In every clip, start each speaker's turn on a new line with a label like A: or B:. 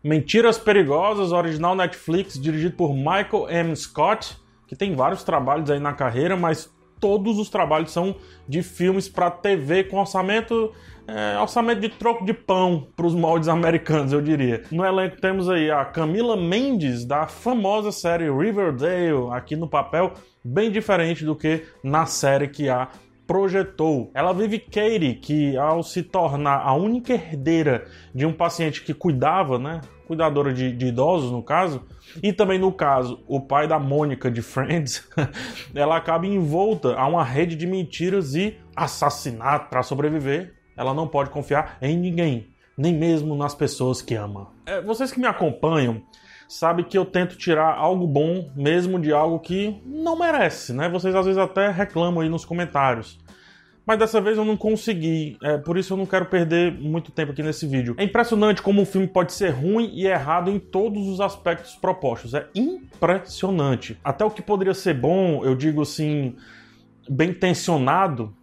A: Mentiras Perigosas, original Netflix, dirigido por Michael M. Scott, que tem vários trabalhos aí na carreira, mas todos os trabalhos são de filmes para TV com orçamento de troco de pão para os moldes americanos, eu diria. No elenco temos aí a Camila Mendes, da famosa série Riverdale, aqui no papel, bem diferente do que na série que a projetou. Ela vive Katie, que ao se tornar a única herdeira de um paciente que cuidava, cuidadora de idosos no caso, e também no caso, o pai da Mônica de Friends, ela acaba envolta a uma rede de mentiras e assassinato. Para sobreviver, ela não pode confiar em ninguém, nem mesmo nas pessoas que ama. Vocês que me acompanham sabem que eu tento tirar algo bom mesmo de algo que não merece, Vocês às vezes até reclamam aí nos comentários. Mas dessa vez eu não consegui, por isso eu não quero perder muito tempo aqui nesse vídeo. É impressionante como um filme pode ser ruim e errado em todos os aspectos propostos. É impressionante. Até o que poderia ser bom, eu digo assim, bem intencionado,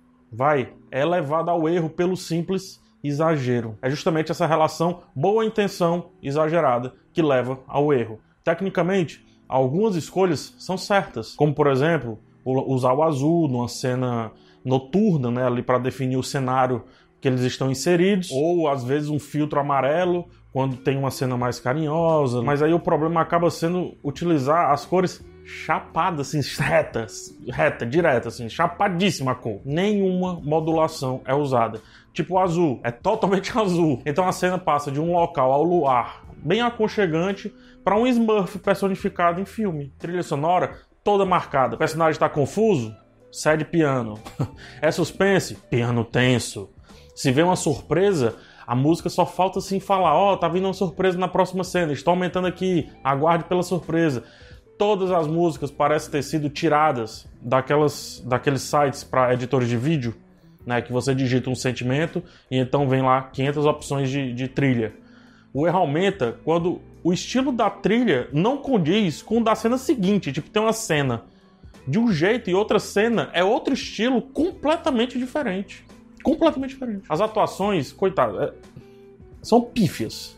A: é levado ao erro pelo simples exagero. É justamente essa relação boa intenção exagerada que leva ao erro. Tecnicamente, algumas escolhas são certas, como por exemplo, usar o azul numa cena noturna, ali para definir o cenário que eles estão inseridos, ou às vezes um filtro amarelo quando tem uma cena mais carinhosa, mas aí o problema acaba sendo utilizar as cores chapadas, assim, reta, direta, assim, chapadíssima a cor. Nenhuma modulação é usada. Tipo o azul, é totalmente azul. Então a cena passa de um local ao luar bem aconchegante para um Smurf personificado em filme. Trilha sonora toda marcada. O personagem está confuso? Sad piano. É suspense? Piano tenso. Se vê uma surpresa, a música só falta assim falar: tá vindo uma surpresa na próxima cena, estou aumentando aqui, aguarde pela surpresa. Todas as músicas parecem ter sido tiradas daqueles sites para editores de vídeo, que você digita um sentimento e então vem lá 500 opções de trilha. O erro aumenta quando o estilo da trilha não condiz com o da cena seguinte. Tipo, tem uma cena de um jeito e outra cena é outro estilo completamente diferente. Completamente diferente. As atuações, coitado, são pífias.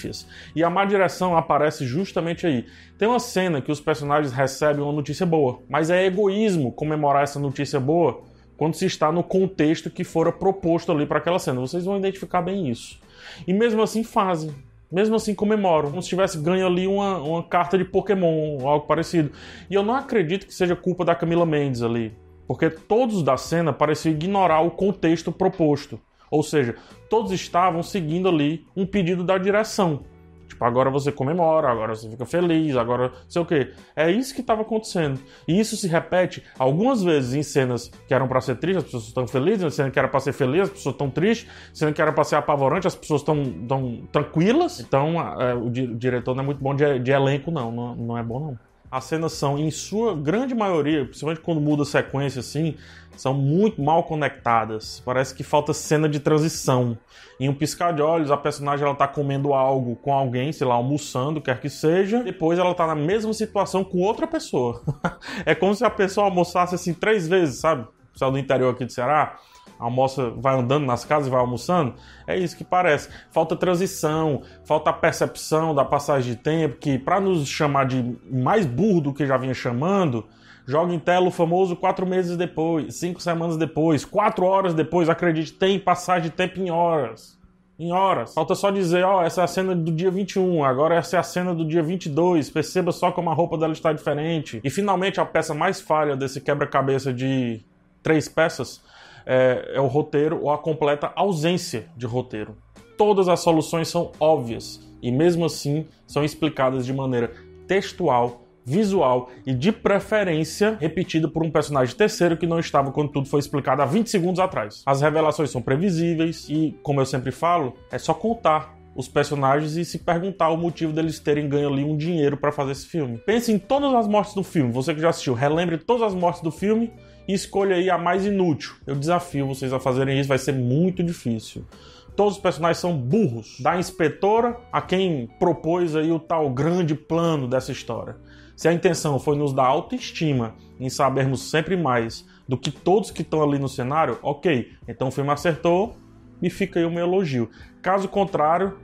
A: E a má direção aparece justamente aí. Tem uma cena que os personagens recebem uma notícia boa, mas é egoísmo comemorar essa notícia boa quando se está no contexto que fora proposto ali para aquela cena. Vocês vão identificar bem isso. E mesmo assim fazem. Mesmo assim comemoram, como se tivesse ganho ali uma carta de Pokémon ou algo parecido. E eu não acredito que seja culpa da Camila Mendes ali, porque todos da cena pareciam ignorar o contexto proposto. Ou seja, todos estavam seguindo ali um pedido da direção. Tipo, agora você comemora, agora você fica feliz, agora sei o quê. É isso que estava acontecendo. E isso se repete algumas vezes em cenas que eram para ser tristes, as pessoas estão felizes, em cenas que era para ser feliz, as pessoas estão tristes, em cenas que era para ser apavorante, as pessoas estão tranquilas. Então, o diretor não é muito bom de elenco, não é bom, não. As cenas são, em sua grande maioria, principalmente quando muda a sequência assim, são muito mal conectadas. Parece que falta cena de transição. Em um piscar de olhos, a personagem ela tá comendo algo com alguém, sei lá, almoçando, quer que seja. Depois ela tá na mesma situação com outra pessoa. É como se a pessoa almoçasse assim 3 vezes, sabe? O pessoal do interior aqui do Ceará almoça, vai andando nas casas e vai almoçando. É isso que parece. Falta transição, falta a percepção da passagem de tempo, que para nos chamar de mais burro do que já vinha chamando, joga em tela o famoso 4 meses depois, 5 semanas depois, 4 horas depois. Acredite, tem passagem de tempo em horas. Em horas. Falta só dizer, essa é a cena do dia 21, agora essa é a cena do dia 22, perceba só como a roupa dela está diferente. E finalmente a peça mais falha desse quebra-cabeça de 3 peças é o roteiro ou a completa ausência de roteiro. Todas as soluções são óbvias e mesmo assim são explicadas de maneira textual, visual e de preferência repetida por um personagem terceiro que não estava quando tudo foi explicado há 20 segundos atrás. As revelações são previsíveis e, como eu sempre falo, é só contar os personagens e se perguntar o motivo deles terem ganho ali um dinheiro para fazer esse filme. Pense em todas as mortes do filme. Você que já assistiu, relembre todas as mortes do filme e escolha aí a mais inútil. Eu desafio vocês a fazerem isso, vai ser muito difícil. Todos os personagens são burros. Da inspetora a quem propôs aí o tal grande plano dessa história. Se a intenção foi nos dar autoestima em sabermos sempre mais do que todos que estão ali no cenário, ok. Então o filme acertou e fica aí o meu elogio. Caso contrário,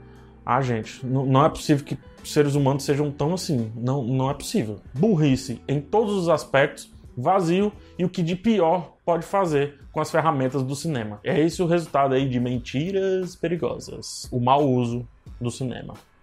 A: Ah, gente, não é possível que seres humanos sejam tão assim. Não é possível. Burrice em todos os aspectos, vazio e o que de pior pode fazer com as ferramentas do cinema. É esse o resultado aí de Mentiras Perigosas. O mau uso do cinema.